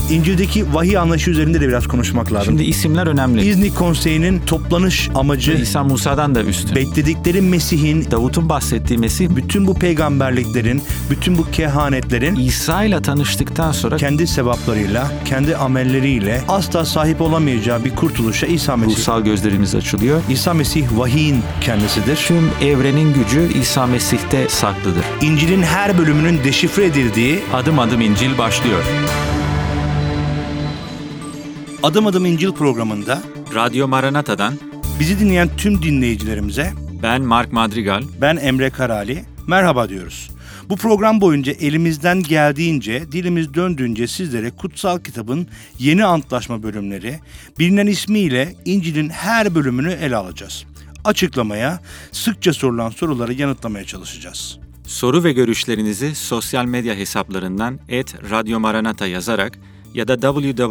İncil'deki vahiy anlayışı üzerinde de biraz konuşmak lazım. Şimdi isimler önemli. İznik Konseyi'nin toplanış amacı İsa Musa'dan da üstün. Bekledikleri Mesih'in, Davut'un bahsettiği Mesih, bütün bu peygamberliklerin, bütün bu kehanetlerin İsa ile tanıştıktan sonra kendi sevaplarıyla, kendi amelleriyle asla sahip olamayacağı bir kurtuluşa İsa Mesih. ruhsal gözlerimiz açılıyor. İsa Mesih vahiyin kendisidir. Tüm evrenin gücü İsa Mesih'te saklıdır. İncil'in her bölümünün deşifre edildiği Adım adım İncil başlıyor. Adım Adım İncil programında Radyo Maranata'dan bizi dinleyen tüm dinleyicilerimize ben Mark Madrigal, ben Emre Karali, merhaba diyoruz. Bu program boyunca elimizden geldiğince, dilimiz döndüğünce sizlere kutsal kitabın yeni antlaşma bölümleri, bilinen ismiyle İncil'in her bölümünü ele alacağız. Açıklamaya, sıkça sorulan soruları yanıtlamaya çalışacağız. soru ve görüşlerinizi sosyal medya hesaplarından @radyomaranata yazarak ya da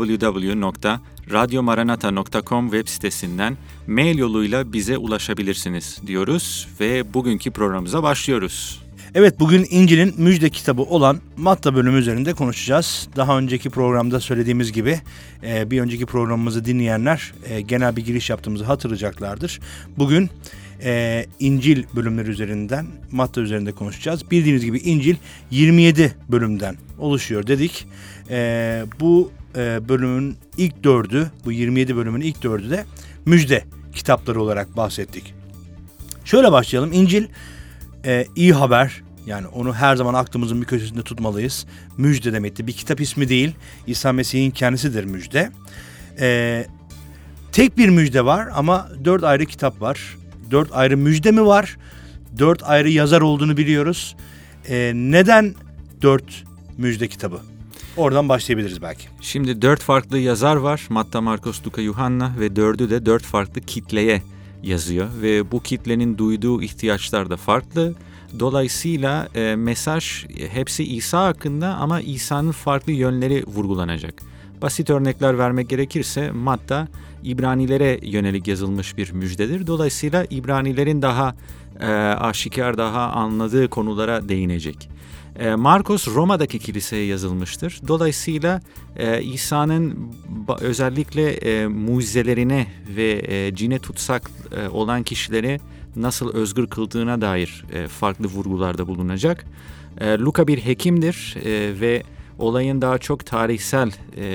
www.radyomaranata.com web sitesinden mail yoluyla bize ulaşabilirsiniz diyoruz ve bugünkü programımıza başlıyoruz. Evet, bugün İncil'in müjde kitabı olan Matta bölümü üzerinde konuşacağız. Daha önceki programda söylediğimiz gibi bir önceki programımızı dinleyenler genel bir giriş yaptığımızı hatırlayacaklardır. Bugün İncil bölümleri üzerinden, Matta üzerinde konuşacağız. Bildiğiniz gibi İncil 27 bölümden oluşuyor dedik. Bu bölümün ilk dördü, bu 27 bölümün ilk dördü de müjde kitapları olarak bahsettik. Şöyle başlayalım. İncil iyi haber, yani onu her zaman aklımızın bir köşesinde tutmalıyız. Müjde demekti. Bir kitap ismi değil. İsa Mesih'in kendisidir müjde. Tek bir müjde var ama 4 ayrı kitap var. 4 ayrı müjde mi var? 4 ayrı yazar olduğunu biliyoruz. Neden 4 müjde kitabı? Oradan başlayabiliriz belki. Şimdi 4 farklı yazar var. Matta, Markos, Luka, Yuhanna ve 4'ü de 4 farklı kitleye yazıyor. Ve bu kitlenin duyduğu ihtiyaçlar da farklı. Dolayısıyla mesaj hepsi İsa hakkında ama İsa'nın farklı yönleri vurgulanacak. Basit örnekler vermek gerekirse Matta İbranilere yönelik yazılmış bir müjdedir. Dolayısıyla İbranilerin daha aşikar, daha anladığı konulara değinecek. Markos Roma'daki kiliseye yazılmıştır. Dolayısıyla İsa'nın özellikle mucizelerine ve cine tutsak olan kişileri nasıl özgür kıldığına dair farklı vurgularda bulunacak. Luka bir hekimdir ve olayın daha çok tarihsel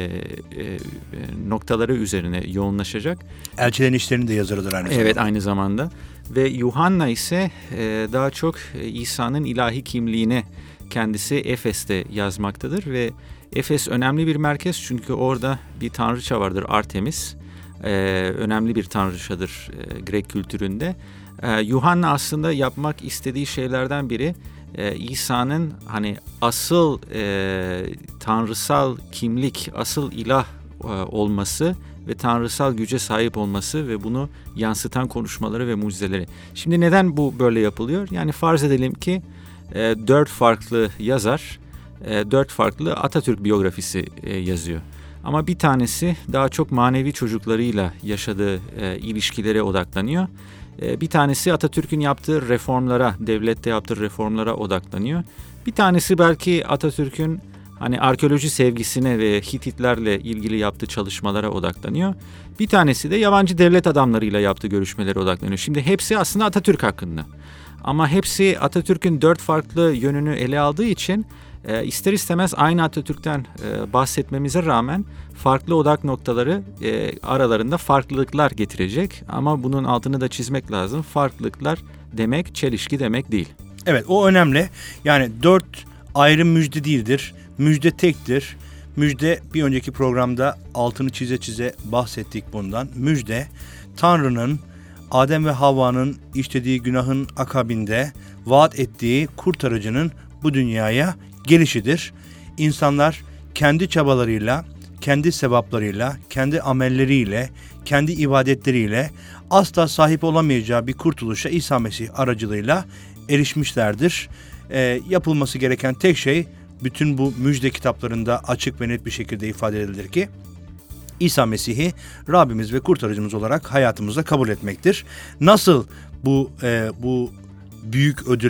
noktaları üzerine yoğunlaşacak. Elçilerin işlerini de yazarıdır aynı zamanda. Evet, aynı zamanda. Ve Yuhanna ise daha çok İsa'nın ilahi kimliğine kendisi Efes'te yazmaktadır ve Efes önemli bir merkez çünkü orada bir tanrıça vardır, Artemis. Önemli bir tanrıçadır Grek kültüründe. Yuhanna aslında yapmak istediği şeylerden biri İsa'nın hani asıl tanrısal kimlik, asıl ilah olması ve tanrısal güce sahip olması ve bunu yansıtan konuşmaları ve mucizeleri. Şimdi neden bu böyle yapılıyor? Yani farz edelim ki 4 farklı yazar 4 farklı Atatürk biyografisi yazıyor. Ama bir tanesi daha çok manevi çocuklarıyla yaşadığı ilişkilere odaklanıyor. Bir tanesi Atatürk'ün yaptığı reformlara, devlette yaptığı reformlara odaklanıyor. Bir tanesi belki Atatürk'ün hani arkeoloji sevgisine ve Hititlerle ilgili yaptığı çalışmalara odaklanıyor. Bir tanesi de yabancı devlet adamlarıyla yaptığı görüşmelere odaklanıyor. Şimdi hepsi aslında Atatürk hakkında. Ama hepsi Atatürk'ün 4 farklı yönünü ele aldığı için ister istemez aynı Atatürk'ten bahsetmemize rağmen farklı odak noktaları aralarında farklılıklar getirecek. Ama bunun altını da çizmek lazım. Farklılıklar demek çelişki demek değil. Evet, o önemli. Yani 4 ayrı müjde değildir. Müjde tektir. Müjde, bir önceki programda altını çize çize bahsettik bundan. Müjde, Tanrı'nın Adem ve Havva'nın işlediği günahın akabinde vaat ettiği kurtarıcının bu dünyaya gelişidir. İnsanlar kendi çabalarıyla, kendi sevaplarıyla, kendi amelleriyle, kendi ibadetleriyle asla sahip olamayacağı bir kurtuluşa İsa Mesih aracılığıyla erişmişlerdir. Yapılması gereken tek şey, bütün bu müjde kitaplarında açık ve net bir şekilde ifade edilir ki, İsa Mesih'i Rabbimiz ve kurtarıcımız olarak hayatımızda kabul etmektir. Nasıl bu büyük ödüle,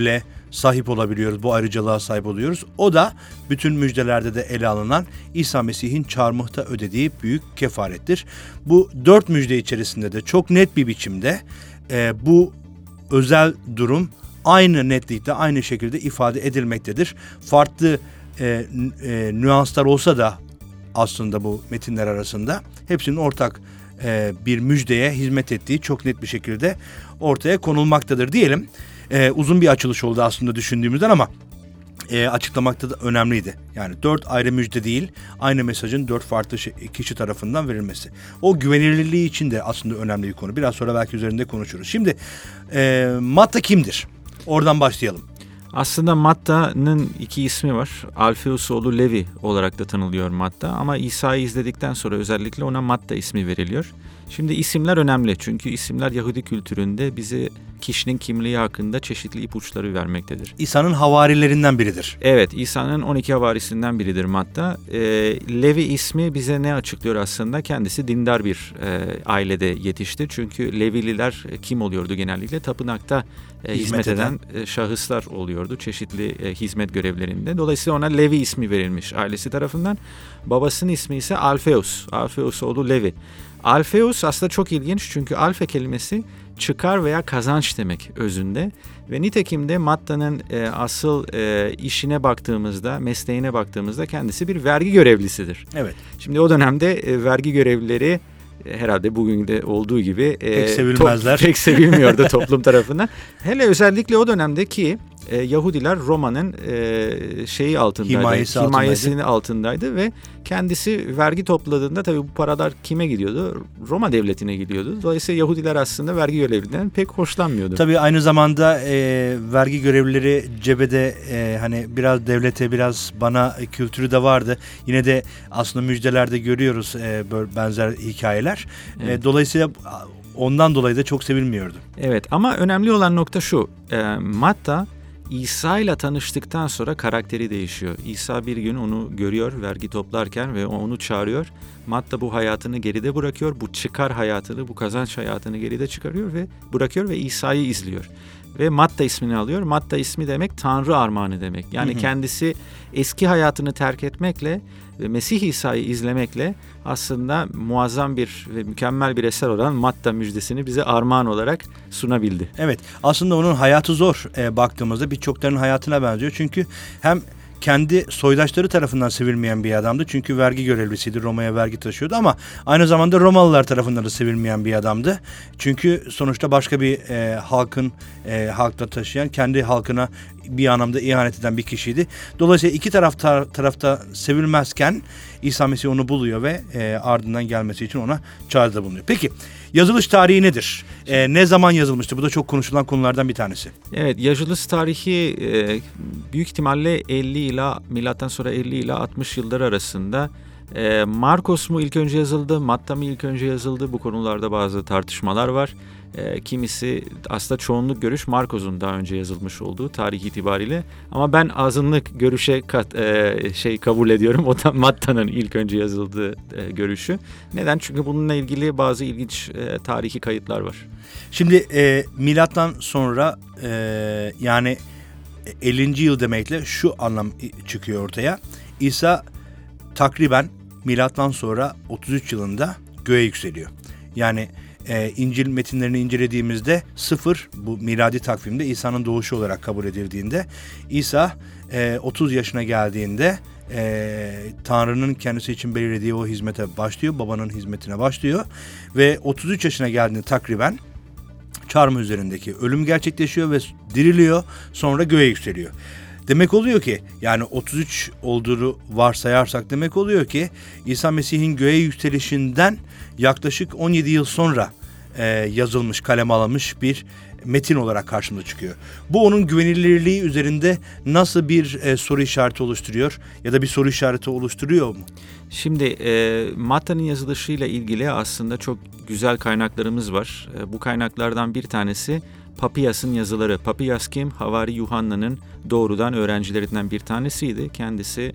sahip olabiliyoruz, bu ayrıcalığa sahip oluyoruz. O da bütün müjdelerde de ele alınan İsa Mesih'in çarmıhta ödediği büyük kefarettir. Bu 4 müjde içerisinde de çok net bir biçimde bu özel durum aynı netlikte, aynı şekilde ifade edilmektedir. Farklı nüanslar olsa da aslında bu metinler arasında hepsinin ortak bir müjdeye hizmet ettiği çok net bir şekilde ortaya konulmaktadır diyelim. Uzun bir açılış oldu aslında düşündüğümüzden ama açıklamakta da önemliydi. Yani 4 ayrı müjde değil, aynı mesajın 4 farklı kişi tarafından verilmesi. O güvenilirliği için de aslında önemli bir konu. Biraz sonra belki üzerinde konuşuruz. Şimdi Matta kimdir? Oradan başlayalım. Aslında Matta'nın 2 ismi var. Alfeus oğlu Levi olarak da tanılıyor Matta ama İsa'yı izledikten sonra özellikle ona Matta ismi veriliyor. Şimdi isimler önemli çünkü isimler Yahudi kültüründe bize kişinin kimliği hakkında çeşitli ipuçları vermektedir. İsa'nın havarilerinden biridir. Evet, İsa'nın 12 havarisinden biridir Matta. Levi ismi bize ne açıklıyor aslında? Kendisi dindar bir ailede yetişti. Çünkü Levililer kim oluyordu genellikle? Tapınakta hizmet eden şahıslar oluyordu çeşitli hizmet görevlerinde. Dolayısıyla ona Levi ismi verilmiş ailesi tarafından. Babasının ismi ise Alfeus. Alfeus oğlu Levi. Alfeus aslında çok ilginç çünkü alfe kelimesi çıkar veya kazanç demek özünde ve nitekim de Matta'nın asıl işine baktığımızda, mesleğine baktığımızda kendisi bir vergi görevlisidir. Evet. Şimdi o dönemde vergi görevlileri herhalde bugün de olduğu gibi pek sevilmezler. Pek sevilmiyordu toplum tarafından. Hele özellikle o dönemdeki Yahudiler Roma'nın himayesinin altındaydı ve kendisi vergi topladığında tabii bu paralar kime gidiyordu? Roma devletine gidiyordu. Dolayısıyla Yahudiler aslında vergi görevlilerinden pek hoşlanmıyordu. Tabii aynı zamanda vergi görevlileri cebede hani biraz devlete biraz bana kültürü de vardı. Yine de aslında müjdelerde görüyoruz böyle benzer hikayeler. Evet. Dolayısıyla ondan dolayı da çok sevilmiyordu. Evet ama önemli olan nokta şu. Matta İsa ile tanıştıktan sonra karakteri değişiyor. İsa bir gün onu görüyor vergi toplarken ve onu çağırıyor. Matta bu hayatını geride bırakıyor. Bu çıkar hayatını, bu kazanç hayatını geride çıkarıyor ve bırakıyor ve İsa'yı izliyor. Ve Matta ismini alıyor. Matta ismi demek Tanrı armağanı demek. Yani kendisi eski hayatını terk etmekle ve Mesih İsa'yı izlemekle aslında muazzam bir ve mükemmel bir eser olan Matta müjdesini bize armağan olarak sunabildi. Evet, aslında onun hayatı zor baktığımızda birçoklarının hayatına benziyor. Çünkü hem kendi soydaşları tarafından sevilmeyen bir adamdı. Çünkü vergi görevlisiydi. Roma'ya vergi taşıyordu ama aynı zamanda Romalılar tarafından da sevilmeyen bir adamdı. Çünkü sonuçta başka bir halkla taşıyan, kendi halkına bir anlamda ihanet eden bir kişiydi. Dolayısıyla iki tarafta sevilmezken İsa Mesih onu buluyor ve ardından gelmesi için ona çağrıda bulunuyor. Peki yazılış tarihi nedir? Ne zaman yazılmıştı? Bu da çok konuşulan konulardan bir tanesi. Evet, yazılış tarihi büyük ihtimalle 50 ila milattan sonra 50 ila 60 yıllar arasında. Markos mu ilk önce yazıldı, Matta mı ilk önce yazıldı? Bu konularda bazı tartışmalar var. Kimisi aslında çoğunluk görüş Markos'un daha önce yazılmış olduğu tarih itibariyle. Ama ben azınlık görüşe kabul ediyorum. O da Matta'nın ilk önce yazıldığı görüşü. Neden? Çünkü bununla ilgili bazı ilginç tarihi kayıtlar var. Şimdi milattan sonra yani 50. yıl demekle şu anlam çıkıyor ortaya. İsa takriben milattan sonra 33 yılında göğe yükseliyor. Yani İncil metinlerini incelediğimizde 0 bu miladi takvimde İsa'nın doğuşu olarak kabul edildiğinde İsa 30 yaşına geldiğinde Tanrı'nın kendisi için belirlediği o hizmete başlıyor. Babanın hizmetine başlıyor ve 33 yaşına geldiğinde takriben çarmıh üzerindeki ölüm gerçekleşiyor ve diriliyor, sonra göğe yükseliyor. Demek oluyor ki yani 33 olduğunu varsayarsak demek oluyor ki İsa Mesih'in göğe yükselişinden yaklaşık 17 yıl sonra yazılmış, kaleme alınmış bir metin olarak karşımıza çıkıyor. Bu onun güvenilirliği üzerinde nasıl bir soru işareti oluşturuyor ya da bir soru işareti oluşturuyor mu? Şimdi Matta'nın yazılışıyla ilgili aslında çok güzel kaynaklarımız var. Bu kaynaklardan bir tanesi Papiyas'ın yazıları. Papiyas kim? Havari Yuhanna'nın doğrudan öğrencilerinden bir tanesiydi. Kendisi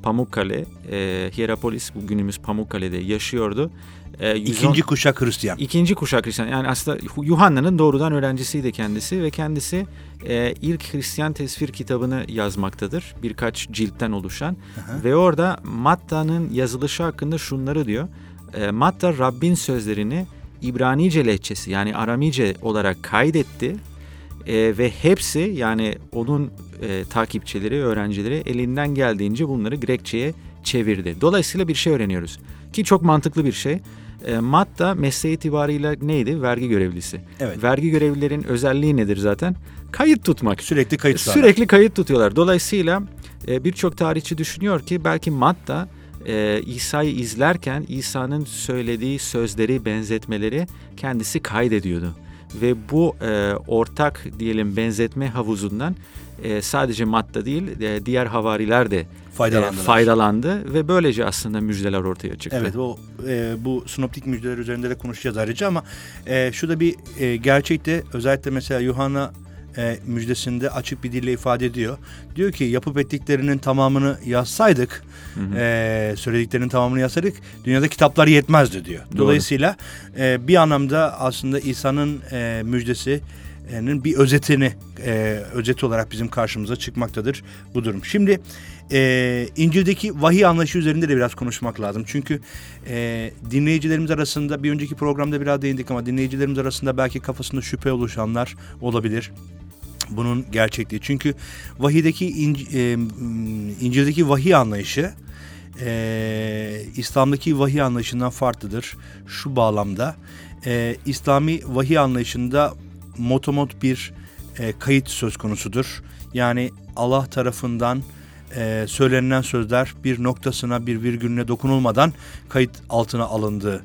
Pamukkale, Hierapolis bugünümüz Pamukkale'de yaşıyordu. İkinci kuşak Hristiyan. İkinci kuşak Hristiyan. Yani aslında Yuhanna'nın doğrudan öğrencisiydi kendisi ve kendisi ilk Hristiyan tesvir kitabını yazmaktadır. Birkaç ciltten oluşan. Ve orada Matta'nın yazılışı hakkında şunları diyor. Matta Rabbin sözlerini İbranice lehçesi yani Aramice olarak kaydetti. Ve hepsi yani onun takipçileri, öğrencileri elinden geldiğince bunları Grekçe'ye çevirdi. Dolayısıyla bir şey öğreniyoruz. Ki çok mantıklı bir şey. Matta mesleği itibarıyla neydi? Vergi görevlisi. Evet. Vergi görevlilerin özelliği nedir zaten? Kayıt tutmak. Sürekli kayıt tutarlar. Sürekli kayıt tutuyorlar. Dolayısıyla birçok tarihçi düşünüyor ki belki Matta İsa'yı izlerken İsa'nın söylediği sözleri, benzetmeleri kendisi kaydediyordu. Ve bu ortak diyelim benzetme havuzundan sadece Matta değil diğer havariler de faydalandı ve böylece aslında müjdeler ortaya çıktı. Evet, bu sinoptik müjdeler üzerinde de konuşacağız ayrıca ama şu da bir gerçekte özellikle mesela Yuhanna müjdesinde açık bir dille ifade ediyor. Diyor ki yapıp ettiklerinin tamamını yazsaydık, söylediklerinin tamamını yazsaydık dünyada kitaplar yetmezdi diyor. Doğru. Dolayısıyla bir anlamda aslında İsa'nın müjdesinin bir özeti olarak bizim karşımıza çıkmaktadır bu durum. Şimdi İncil'deki vahiy anlayışı üzerinde de biraz konuşmak lazım. Çünkü dinleyicilerimiz arasında bir önceki programda biraz değindik ama dinleyicilerimiz arasında belki kafasında şüphe oluşanlar olabilir. Bunun gerçekliği. Çünkü vahiydeki İncil'deki vahiy anlayışı İslam'daki vahiy anlayışından farklıdır. Şu bağlamda İslami vahiy anlayışında motomot bir kayıt söz konusudur. Yani Allah tarafından söylenilen sözler bir noktasına, bir virgülüne dokunulmadan kayıt altına alındığı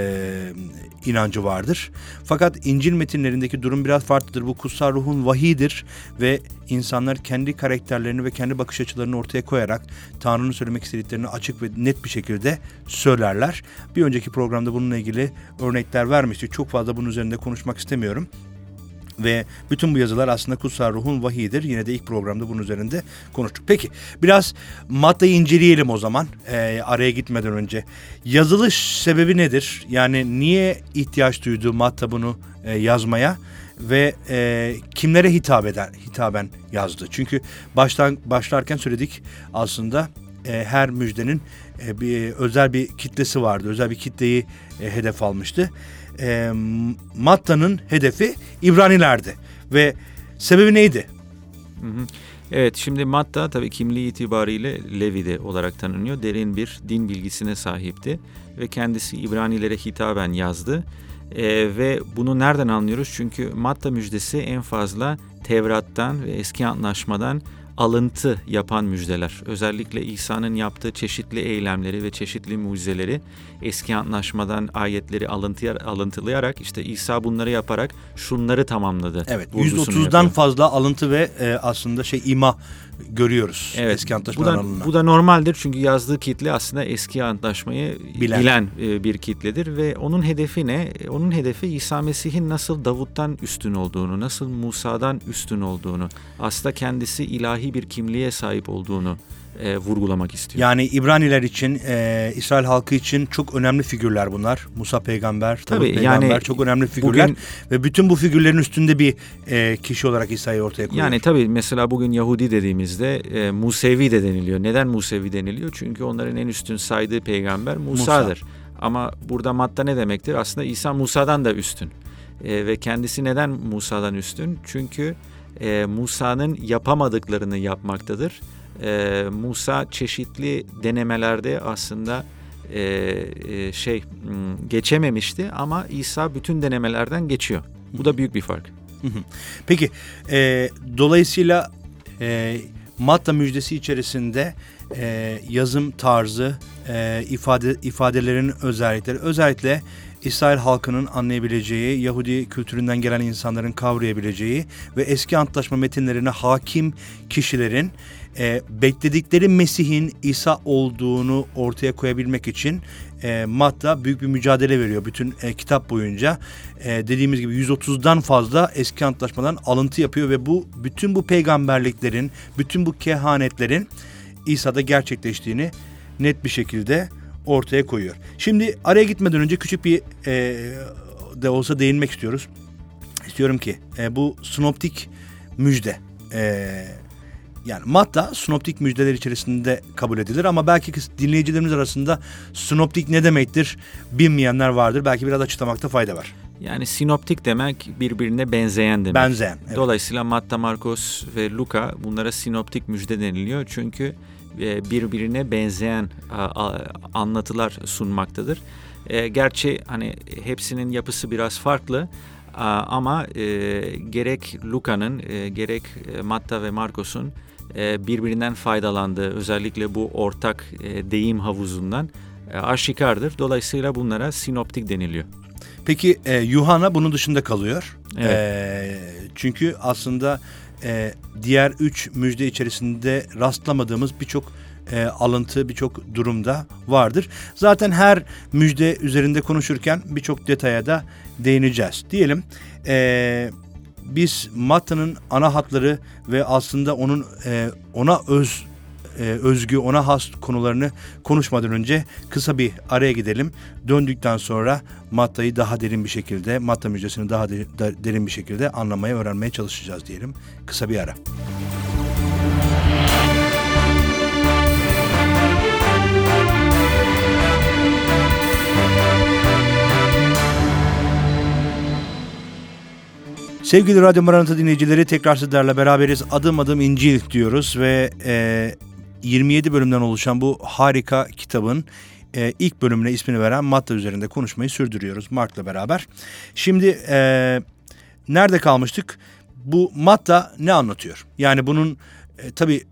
inancı vardır. Fakat İncil metinlerindeki durum biraz farklıdır. Bu kutsal ruhun vahiyidir ve insanlar kendi karakterlerini ve kendi bakış açılarını ortaya koyarak Tanrı'nın söylemek istediklerini açık ve net bir şekilde söylerler. Bir önceki programda bununla ilgili örnekler vermiştik. Çok fazla bunun üzerinde konuşmak istemiyorum. Ve bütün bu yazılar aslında kutsal ruhun vahiyidir. Yine de ilk programda bunun üzerinde konuştuk. Peki biraz Matta'yı inceleyelim o zaman araya gitmeden önce. Yazılış sebebi nedir? Yani niye ihtiyaç duydu Matta bunu yazmaya ve kimlere hitaben yazdı? Çünkü başlarken söyledik aslında her müjdenin özel bir kitlesi vardı. Özel bir kitleyi hedef almıştı. Matta'nın hedefi İbranilerdi ve sebebi neydi? Evet, şimdi Matta tabii kimliği itibariyle Levide olarak tanınıyor. Derin bir din bilgisine sahipti ve kendisi İbranilere hitaben yazdı. Ve bunu nereden anlıyoruz? Çünkü Matta müjdesi en fazla Tevrat'tan ve Eski Antlaşmadan alıntı yapan müjdeler. Özellikle İsa'nın yaptığı çeşitli eylemleri ve çeşitli mucizeleri Eski Antlaşmadan ayetleri alıntılayarak işte İsa bunları yaparak şunları tamamladı. Evet, 130'dan fazla alıntı ve aslında ima görüyoruz. Evet, Eski Antlaşmadan alınan. Bu da normaldir çünkü yazdığı kitle aslında Eski Antlaşmayı bilen bir kitledir ve onun hedefi ne? Onun hedefi İsa Mesih'in nasıl Davut'tan üstün olduğunu, nasıl Musa'dan üstün olduğunu, aslında kendisi ilahi bir kimliğe sahip olduğunu vurgulamak istiyor. Yani İbraniler için, İsrail halkı için çok önemli figürler bunlar. Musa peygamber, Davut peygamber yani çok önemli figürler. Ve bütün bu figürlerin üstünde bir kişi olarak İsa'yı ortaya koyuyor. Yani tabii mesela bugün Yahudi dediğimizde Musevi de deniliyor. Neden Musevi deniliyor? Çünkü onların en üstün saydığı peygamber Musa'dır. Ama burada Matta ne demektir? Aslında İsa Musa'dan da üstün. Ve kendisi neden Musa'dan üstün? Çünkü Musa'nın yapamadıklarını yapmaktadır. Musa çeşitli denemelerde aslında geçememişti ama İsa bütün denemelerden geçiyor. Bu da büyük bir fark. Peki dolayısıyla Matta müjdesi içerisinde yazım tarzı, ifadelerin özellikleri, özellikle İsrail halkının anlayabileceği, Yahudi kültüründen gelen insanların kavrayabileceği ve eski antlaşma metinlerine hakim kişilerin bekledikleri Mesih'in İsa olduğunu ortaya koyabilmek için Matta büyük bir mücadele veriyor bütün kitap boyunca. Dediğimiz gibi 130'dan fazla eski antlaşmadan alıntı yapıyor ve bütün bu peygamberliklerin, bütün bu kehanetlerin İsa'da gerçekleştiğini net bir şekilde ortaya koyuyor. Şimdi araya gitmeden önce küçük bir de olsa değinmek istiyoruz. İstiyorum ki bu sinoptik müjde, yani Matta sinoptik müjdeler içerisinde kabul edilir ama belki dinleyicilerimiz arasında sinoptik ne demektir bilmeyenler vardır. Belki biraz açıklamakta fayda var. Yani sinoptik demek birbirine benzeyen demek. Benzeyen. Evet. Dolayısıyla Matta, Markos ve Luka bunlara sinoptik müjde deniliyor. Çünkü birbirine benzeyen anlatılar sunmaktadır. Gerçi hani hepsinin yapısı biraz farklı ama gerek Luka'nın gerek Matta ve Markos'un birbirinden faydalandığı, özellikle bu ortak deyim havuzundan aşikardır. Dolayısıyla bunlara sinoptik deniliyor. Peki Yuhanna bunun dışında kalıyor. Evet. Çünkü aslında diğer 3 müjde içerisinde rastlamadığımız birçok alıntı, birçok durumda vardır. Zaten her müjde üzerinde konuşurken birçok detaya da değineceğiz. Diyelim biz Matta'nın ana hatları ve aslında onun ona özgü, ona has konularını konuşmadan önce kısa bir araya gidelim. Döndükten sonra Matta'yı daha derin bir şekilde, Matta müjdesini daha derin bir şekilde anlamaya, öğrenmeye çalışacağız diyelim. Kısa bir ara. Sevgili Radyo Maranatha dinleyicileri, tekrar sizlerle beraberiz. Adım adım İncil diyoruz ve 27 bölümden oluşan bu harika kitabın ilk bölümüne ismini veren Matta üzerinde konuşmayı sürdürüyoruz Mark'la beraber. Şimdi nerede kalmıştık? Bu Matta ne anlatıyor? Yani bunun tabii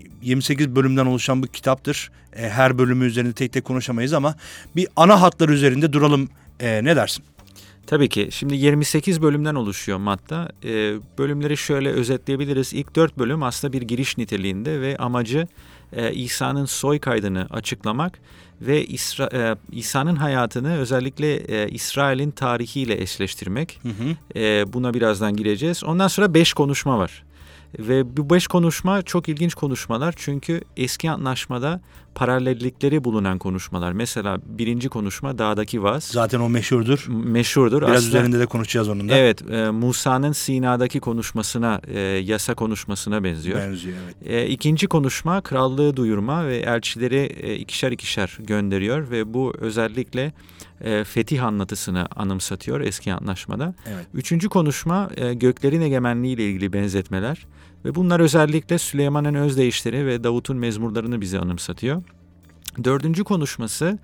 28 bölümden oluşan bu kitaptır. Her bölümü üzerinde tek tek konuşamayız ama bir ana hatlar üzerinde duralım. Ne dersin? Tabii ki. Şimdi 28 bölümden oluşuyor Matta. Bölümleri şöyle özetleyebiliriz. İlk 4 bölüm aslında bir giriş niteliğinde ve amacı İsa'nın soy kaydını açıklamak ve İsa'nın hayatını özellikle İsrail'in tarihiyle eşleştirmek. Buna birazdan gireceğiz. Ondan sonra 5 konuşma var. Ve bu 5 konuşma çok ilginç konuşmalar çünkü eski antlaşmada paralellikleri bulunan konuşmalar. Mesela birinci konuşma dağdaki vaaz. Zaten o meşhurdur. Meşhurdur. Biraz aslında, üzerinde de konuşacağız onun da. Evet, Musa'nın Sina'daki konuşmasına, yasa konuşmasına benziyor. Benziyor, evet. İkinci konuşma krallığı duyurma ve elçileri ikişer ikişer gönderiyor ve bu özellikle fetih anlatısını anımsatıyor eski antlaşmada. Evet. Üçüncü konuşma göklerin egemenliği ile ilgili benzetmeler ve bunlar özellikle Süleyman'ın özdeyişleri ve Davut'un mezmurlarını bize anımsatıyor. Dördüncü konuşması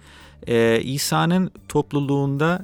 İsa'nın topluluğunda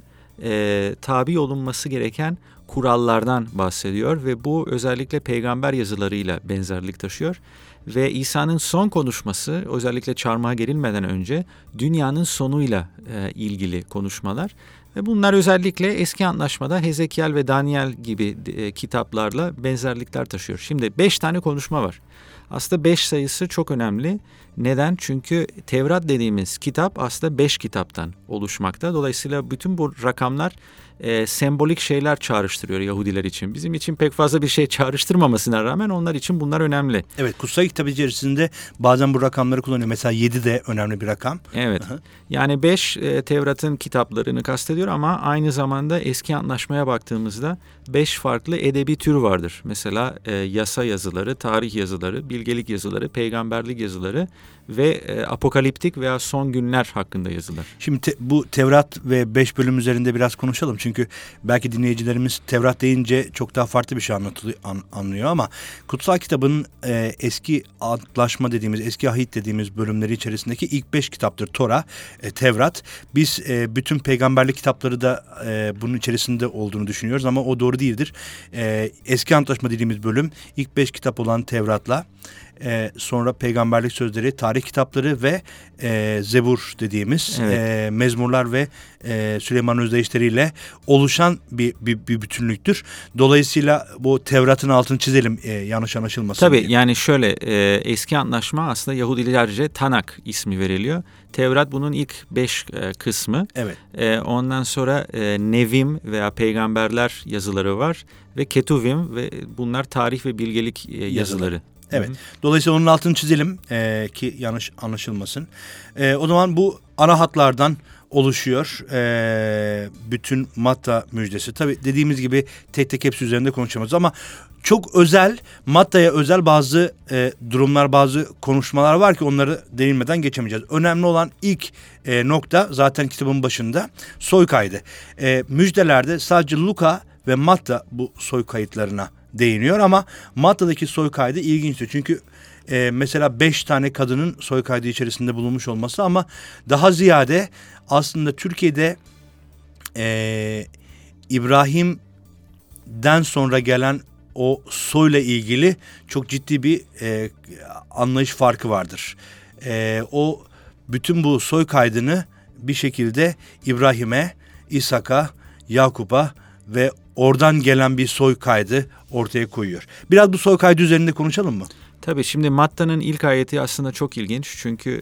tabi olunması gereken kurallardan bahsediyor ve bu özellikle peygamber yazılarıyla benzerlik taşıyor. Ve İsa'nın son konuşması özellikle çarmıha gerilmeden önce dünyanın sonuyla ilgili konuşmalar. Ve bunlar özellikle eski antlaşmada Hezekiel ve Daniel gibi kitaplarla benzerlikler taşıyor. Şimdi 5 tane konuşma var. Aslında 5 sayısı çok önemli. Neden? Çünkü Tevrat dediğimiz kitap aslında 5 kitaptan oluşmakta. Dolayısıyla bütün bu rakamlar sembolik şeyler çağrıştırıyor Yahudiler için. Bizim için pek fazla bir şey çağrıştırmamasına rağmen onlar için bunlar önemli. Evet, kutsal kitap içerisinde bazen bu rakamları kullanıyor. Mesela 7 de önemli bir rakam. Evet. Yani 5 Tevrat'ın kitaplarını kastediyor ama aynı zamanda eski antlaşmaya baktığımızda 5 farklı edebi tür vardır. Mesela yasa yazıları, tarih yazıları, bilgelik yazıları, peygamberlik yazıları ve apokaliptik veya son günler hakkında yazılar. Şimdi bu Tevrat ve 5 bölüm üzerinde biraz konuşalım. Çünkü belki dinleyicilerimiz Tevrat deyince çok daha farklı bir şey anlıyor ama kutsal kitabın eski antlaşma dediğimiz, eski ahit dediğimiz bölümleri içerisindeki ilk 5 kitaptır. Tora, Tevrat. Biz bütün peygamberlik kitapları da bunun içerisinde olduğunu düşünüyoruz ama o doğru değildir. Eski antlaşma dediğimiz bölüm ilk 5 kitap olan Tevrat'la sonra peygamberlik sözleri, tarih kitapları ve Zebur dediğimiz evet. mezmurlar ve Süleyman özdeyişleriyle oluşan bir bütünlüktür. Dolayısıyla bu Tevrat'ın altını çizelim yanlış anlaşılmasın Tabii diye. yani şöyle eski antlaşma aslında Yahudilerce Tanak ismi veriliyor. Tevrat bunun ilk 5 kısmı. Evet. Ondan sonra Nevim veya peygamberler yazıları var ve Ketuvim ve bunlar tarih ve bilgelik yazıları. Evet. Dolayısıyla onun altını çizelim ki yanlış anlaşılmasın. O zaman bu ana hatlardan oluşuyor bütün Matta müjdesi. Tabii dediğimiz gibi tek tek hepsi üzerinde konuşacağız ama çok özel, Matta'ya özel bazı durumlar, bazı konuşmalar var ki onları değinmeden geçemeyeceğiz. Önemli olan ilk nokta zaten kitabın başında soy kaydı. Müjdelerde sadece Luka ve Matta bu soy kayıtlarına değiniyor ama Matta'daki soy kaydı ilginçtir. Çünkü mesela 5 tane kadının soy kaydı içerisinde bulunmuş olması ama daha ziyade aslında Türkiye'de İbrahim'den sonra gelen o soyla ilgili çok ciddi bir anlayış farkı vardır. O bütün bu soy kaydını bir şekilde İbrahim'e, İshak'a, Yakup'a ve oradan gelen bir soy kaydı ortaya koyuyor. Biraz bu soy kaydı üzerinde konuşalım mı? Tabii şimdi Matta'nın ilk ayeti aslında çok ilginç. Çünkü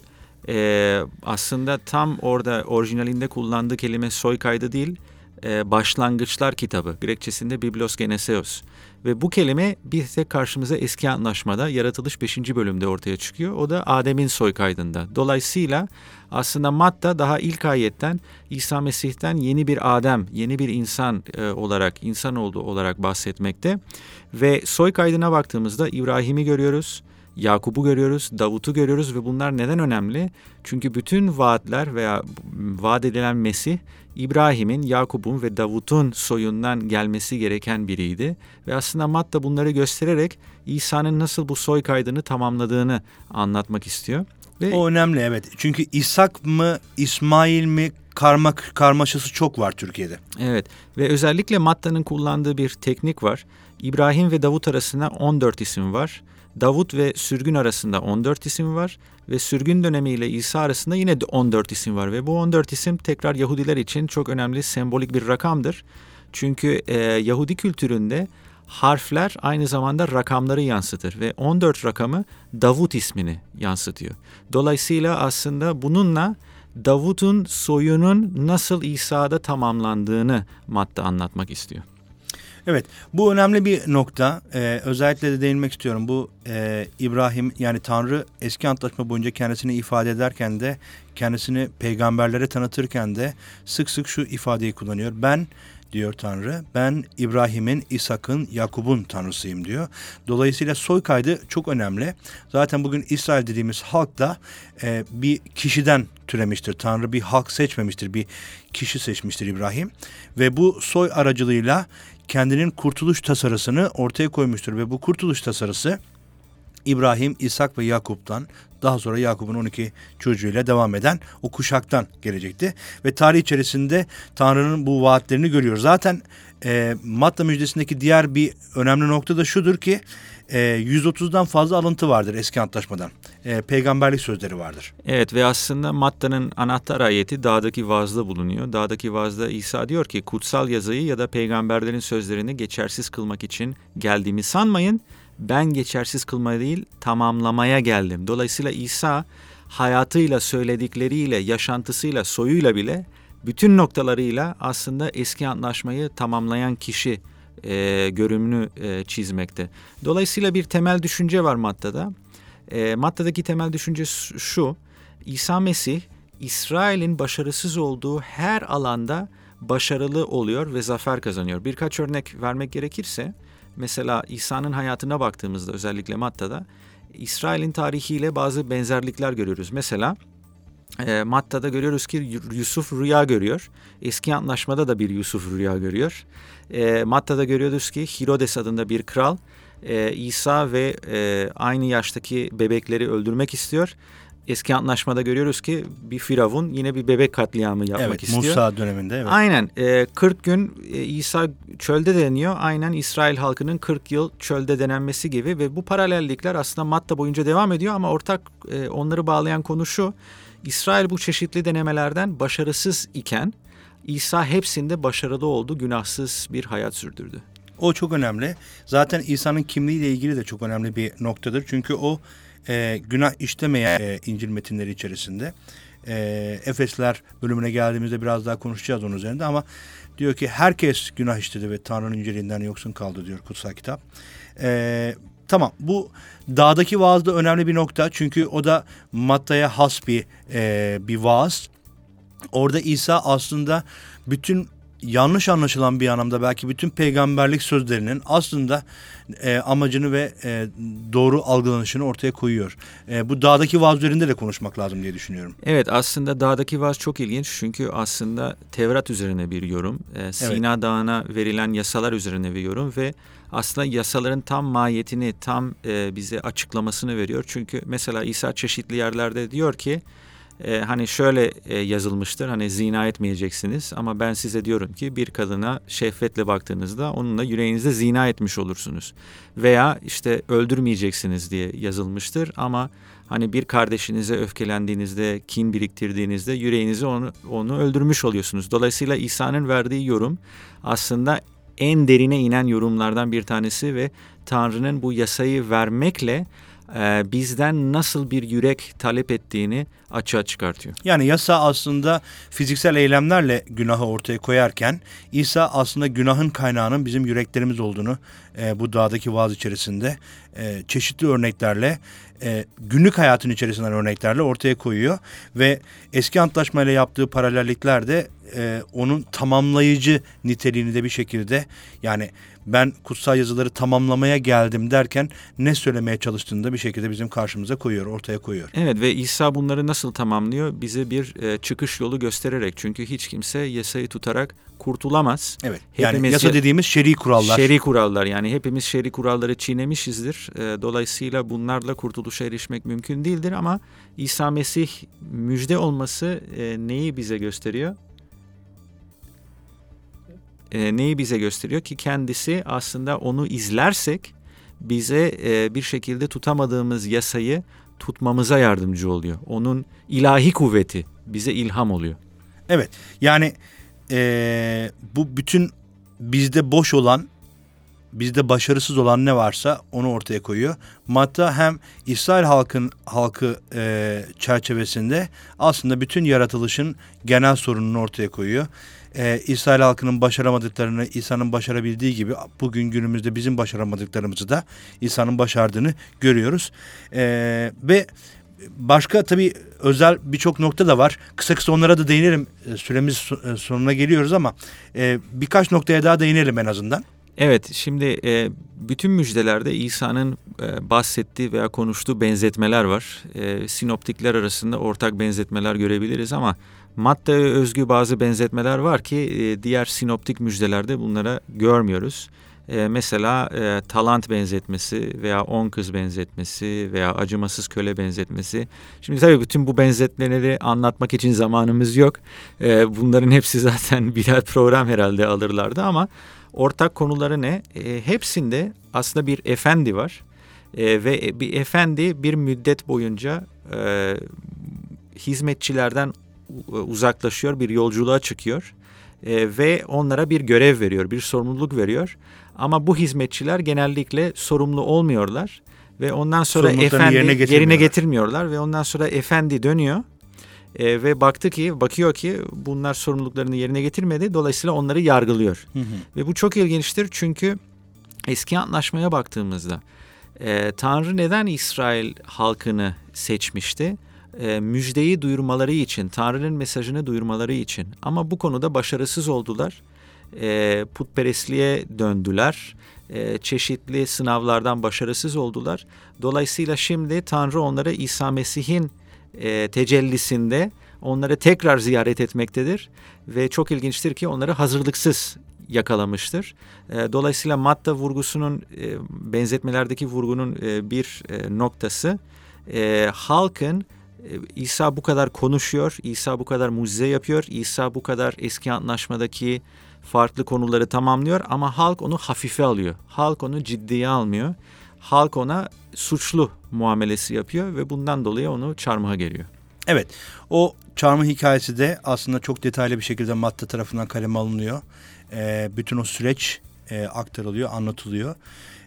aslında tam orada orijinalinde kullandığı kelime soy kaydı değil, başlangıçlar kitabı. Grekçesinde Biblos Geneseos. Ve bu kelime bir tek karşımıza Eski Antlaşma'da Yaratılış 5. bölümde ortaya çıkıyor. O da Adem'in soy kaydında. Dolayısıyla aslında Matta daha ilk ayetten İsa Mesih'ten yeni bir Adem, yeni bir insan olarak, insanoğlu olarak bahsetmekte. Ve soy kaydına baktığımızda İbrahim'i görüyoruz, Yakup'u görüyoruz, Davut'u görüyoruz ve bunlar neden önemli? Çünkü bütün vaatler veya vaat edilen Mesih İbrahim'in, Yakup'un ve Davut'un soyundan gelmesi gereken biriydi. Ve aslında Matta bunları göstererek İsa'nın nasıl bu soy kaydını tamamladığını anlatmak istiyor. Ve o önemli, evet. Çünkü İshak mı, İsmail mi karmaşası çok var Türkiye'de. Evet ve özellikle Matta'nın kullandığı bir teknik var. İbrahim ve Davut arasında 14 isim var. Davut ve sürgün arasında 14 isim var ve sürgün dönemiyle İsa arasında yine de 14 isim var ve bu 14 isim tekrar Yahudiler için çok önemli sembolik bir rakamdır. Çünkü Yahudi kültüründe harfler aynı zamanda rakamları yansıtır ve 14 rakamı Davut ismini yansıtıyor. Dolayısıyla aslında bununla Davut'un soyunun nasıl İsa'da tamamlandığını Matta anlatmak istiyor. Evet, bu önemli bir nokta. Özellikle de değinmek istiyorum. Bu İbrahim, yani Tanrı Eski Antlaşma boyunca kendisini ifade ederken de, kendisini peygamberlere tanıtırken de sık sık şu ifadeyi kullanıyor. Ben, diyor Tanrı, ben İbrahim'in, İshak'ın, Yakup'un Tanrısıyım diyor. Dolayısıyla soy kaydı çok önemli. Zaten bugün İsrail dediğimiz halk da bir kişiden türemiştir. Tanrı bir halk seçmemiştir, bir kişi seçmiştir İbrahim. Ve bu soy aracılığıyla kendinin kurtuluş tasarısını ortaya koymuştur. Ve bu kurtuluş tasarısı İbrahim, İshak ve Yakup'tan, daha sonra Yakup'un 12 çocuğuyla devam eden o kuşaktan gelecekti. Ve tarih içerisinde Tanrı'nın bu vaatlerini görüyoruz. Zaten Matta müjdesindeki diğer bir önemli nokta da şudur ki 130'dan fazla alıntı vardır Eski Antlaşmadan. Peygamberlik sözleri vardır. Evet ve aslında Matta'nın anahtar ayeti dağdaki vaazda bulunuyor. Dağdaki vaazda İsa diyor ki kutsal yazıyı ya da peygamberlerin sözlerini geçersiz kılmak için geldiğimi sanmayın. Ben geçersiz kılmaya değil tamamlamaya geldim. Dolayısıyla İsa hayatıyla, söyledikleriyle, yaşantısıyla, soyuyla bile bütün noktalarıyla aslında eski antlaşmayı tamamlayan kişi görünümünü çizmekte. Dolayısıyla bir temel düşünce var Matta'da. Matta'daki temel düşünce şu: İsa Mesih İsrail'in başarısız olduğu her alanda başarılı oluyor ve zafer kazanıyor. Birkaç örnek vermek gerekirse, mesela İsa'nın hayatına baktığımızda özellikle Matta'da İsrail'in tarihiyle bazı benzerlikler görüyoruz. Mesela Matta'da görüyoruz ki Yusuf rüya görüyor. Eski Antlaşma'da da bir Yusuf rüya görüyor. Matta'da görüyoruz ki Herodes adında bir kral İsa ve aynı yaştaki bebekleri öldürmek istiyor. Eski Antlaşma'da görüyoruz ki bir firavun yine bir bebek katliamı yapmak istiyor. Musa döneminde. Evet. Aynen 40 gün İsa çölde deniyor. Aynen İsrail halkının 40 yıl çölde denenmesi gibi ve bu paralellikler aslında Matta boyunca devam ediyor ama ortak onları bağlayan konu şu: İsrail bu çeşitli denemelerden başarısız iken İsa hepsinde başarılı oldu, günahsız bir hayat sürdürdü. O çok önemli. Zaten İsa'nın kimliğiyle ilgili de çok önemli bir noktadır. Çünkü o günah işlemeyen İncil metinleri içerisinde. Efesler bölümüne geldiğimizde biraz daha konuşacağız onun üzerinde ama diyor ki herkes günah işledi ve Tanrı'nın yüceliğinden yoksun kaldı diyor kutsal kitap. Tamam, bu dağdaki vaaz da önemli bir nokta. Çünkü o da Matta'ya has bir vaaz. Orada İsa aslında bütün yanlış anlaşılan bir anlamda belki bütün peygamberlik sözlerinin aslında amacını ve doğru algılanışını ortaya koyuyor. Bu dağdaki vaaz üzerinde de konuşmak lazım diye düşünüyorum. Evet, aslında dağdaki vaaz çok ilginç çünkü aslında Tevrat üzerine bir yorum, Sina Dağı'na verilen yasalar üzerine bir yorum ve aslında yasaların tam mahiyetini, tam bize açıklamasını veriyor. Çünkü mesela İsa çeşitli yerlerde diyor ki, hani şöyle yazılmıştır, hani zina etmeyeceksiniz ama ben size diyorum ki bir kadına şehvetle baktığınızda onunla yüreğinizde zina etmiş olursunuz. Veya işte öldürmeyeceksiniz diye yazılmıştır ama hani bir kardeşinize öfkelendiğinizde, kin biriktirdiğinizde yüreğinizi onu öldürmüş oluyorsunuz. Dolayısıyla İsa'nın verdiği yorum aslında en derine inen yorumlardan bir tanesi ve Tanrı'nın bu yasayı vermekle bizden nasıl bir yürek talep ettiğini açığa çıkartıyor. Yani yasa aslında fiziksel eylemlerle günahı ortaya koyarken İsa aslında günahın kaynağının bizim yüreklerimiz olduğunu bu dağdaki vaaz içerisinde çeşitli örneklerle, günlük hayatın içerisinden örneklerle ortaya koyuyor. Ve eski antlaşma ile yaptığı paralellikler de onun tamamlayıcı niteliğini de bir şekilde, yani ben kutsal yazıları tamamlamaya geldim derken ne söylemeye çalıştığını da bir şekilde bizim karşımıza koyuyor, ortaya koyuyor. Evet ve İsa bunları nasıl tamamlıyor? Bize bir çıkış yolu göstererek. Çünkü hiç kimse yasayı tutarak kurtulamaz. Evet. Yani yasa dediğimiz şer'i kurallar. Şer'i kurallar, yani hepimiz şer'i kuralları çiğnemişizdir. Dolayısıyla bunlarla kurtuluşa erişmek mümkün değildir ama İsa Mesih müjde olması neyi bize gösteriyor? Neyi bize gösteriyor ki kendisi aslında onu izlersek bize bir şekilde tutamadığımız yasayı tutmamıza yardımcı oluyor. Onun ilahi kuvveti bize ilham oluyor. Evet, yani bu bütün bizde boş olan, bizde başarısız olan ne varsa onu ortaya koyuyor. Matta hem İsrail halkı çerçevesinde aslında bütün yaratılışın genel sorununu ortaya koyuyor. İsrail halkının başaramadıklarını İsa'nın başarabildiği gibi bugün günümüzde bizim başaramadıklarımızı da İsa'nın başardığını görüyoruz. Ve başka tabii özel birçok nokta da var. Kısa kısa onlara da değinelim. Süremiz sonuna geliyoruz ama birkaç noktaya daha değinelim en azından. Evet, şimdi bütün müjdelerde İsa'nın bahsettiği veya konuştuğu benzetmeler var. Sinoptikler arasında ortak benzetmeler görebiliriz ama Matta'ya özgü bazı benzetmeler var ki diğer sinoptik müjdelerde bunlara görmüyoruz. Mesela talant benzetmesi veya 10 kız benzetmesi veya acımasız köle benzetmesi. Şimdi tabii bütün bu benzetmeleri anlatmak için zamanımız yok. Bunların hepsi zaten birer program herhalde alırlardı ama ortak konuları ne? Hepsinde aslında bir efendi var ve bir efendi bir müddet boyunca hizmetçilerden uzaklaşıyor, bir yolculuğa çıkıyor ve onlara bir görev veriyor, bir sorumluluk veriyor. Ama bu hizmetçiler genellikle sorumlu olmuyorlar ve ondan sonra efendi yerine getirmiyorlar ve ondan sonra efendi dönüyor. Ve bakıyor ki bunlar sorumluluklarını yerine getirmedi. Dolayısıyla onları yargılıyor. Hı hı. Ve bu çok ilginçtir çünkü eski antlaşmaya baktığımızda Tanrı neden İsrail halkını seçmişti? Müjdeyi duyurmaları için, Tanrı'nın mesajını duyurmaları için. Ama bu konuda başarısız oldular. Putperestliğe döndüler. Çeşitli sınavlardan başarısız oldular. Dolayısıyla şimdi Tanrı onları İsa Mesih'in tecellisinde onları tekrar ziyaret etmektedir ve çok ilginçtir ki onları hazırlıksız yakalamıştır. Dolayısıyla Matta vurgusunun, benzetmelerdeki vurgunun bir noktası halkın İsa bu kadar konuşuyor, İsa bu kadar mucize yapıyor, İsa bu kadar eski antlaşmadaki farklı konuları tamamlıyor ama halk onu hafife alıyor. Halk onu ciddiye almıyor. Halk ona suçlu muamelesi yapıyor ve bundan dolayı onu çarmıha geriyor. Evet, o çarmıh hikayesi de aslında çok detaylı bir şekilde Matta tarafından kaleme alınıyor. Bütün o süreç aktarılıyor, anlatılıyor.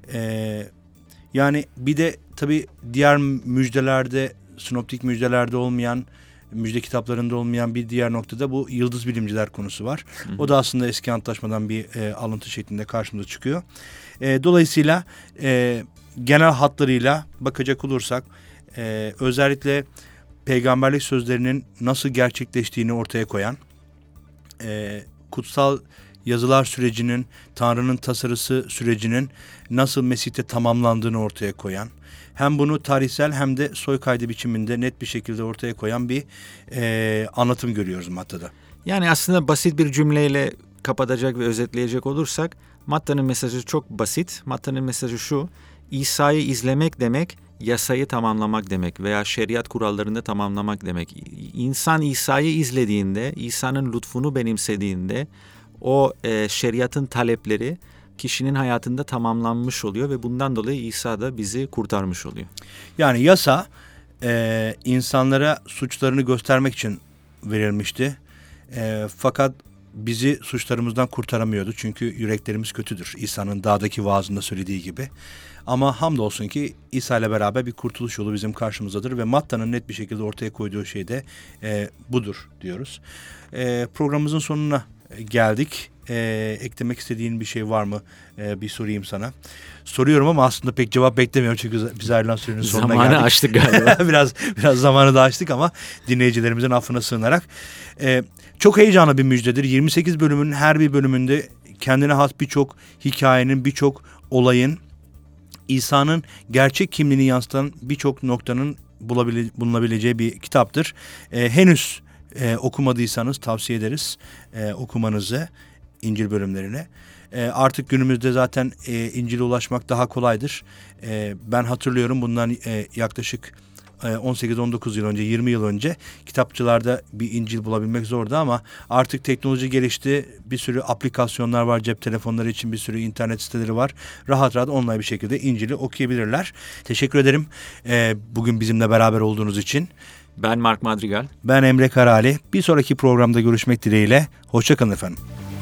Yani bir de tabii diğer müjdelerde, sinoptik müjdelerde olmayan, müjde kitaplarında olmayan bir diğer noktada bu yıldız bilimciler konusu var. Hı hı. O da aslında eski antlaşmadan bir alıntı şeklinde karşımıza çıkıyor. Dolayısıyla genel hatlarıyla bakacak olursak özellikle peygamberlik sözlerinin nasıl gerçekleştiğini ortaya koyan, kutsal yazılar sürecinin, Tanrı'nın tasarısı sürecinin nasıl Mesih'te tamamlandığını ortaya koyan, hem bunu tarihsel hem de soy kaydı biçiminde net bir şekilde ortaya koyan bir anlatım görüyoruz Matta'da. Yani aslında basit bir cümleyle kapatacak ve özetleyecek olursak, Matta'nın mesajı çok basit. Matta'nın mesajı şu: İsa'yı izlemek demek, yasayı tamamlamak demek veya şeriat kurallarını tamamlamak demek. İnsan İsa'yı izlediğinde, İsa'nın lütfunu benimsediğinde o şeriatın talepleri kişinin hayatında tamamlanmış oluyor ve bundan dolayı İsa da bizi kurtarmış oluyor. Yani yasa insanlara suçlarını göstermek için verilmişti. Fakat bizi suçlarımızdan kurtaramıyordu. Çünkü yüreklerimiz kötüdür. İsa'nın dağdaki vaazında söylediği gibi. Ama hamdolsun ki İsa ile beraber bir kurtuluş yolu bizim karşımızdadır ve Matta'nın net bir şekilde ortaya koyduğu şey de budur diyoruz. Programımızın sonuna geldik. Eklemek istediğin bir şey var mı? Bir sorayım sana. Soruyorum ama aslında pek cevap beklemiyorum çünkü biz ayrılan sürenin sonuna geldik. Zamanı aştık galiba. biraz zamanı da aştık ama dinleyicilerimizin affına sığınarak. Çok heyecanlı bir müjdedir. 28 bölümün her bir bölümünde kendine has birçok hikayenin, birçok olayın, İsa'nın gerçek kimliğini yansıtan birçok noktanın bulunabileceği bir kitaptır. Henüz okumadıysanız tavsiye ederiz okumanızı, İncil bölümlerine. Artık günümüzde zaten İncil'e ulaşmak daha kolaydır. Ben hatırlıyorum bundan yaklaşık 18-19 yıl önce, 20 yıl önce kitapçılarda bir İncil bulabilmek zordu ama artık teknoloji gelişti. Bir sürü aplikasyonlar var, cep telefonları için bir sürü internet siteleri var. Rahat rahat online bir şekilde İncil'i okuyabilirler. Teşekkür ederim bugün bizimle beraber olduğunuz için. Ben Mark Madrigal. Ben Emre Karali. Bir sonraki programda görüşmek dileğiyle. Hoşça kalın efendim.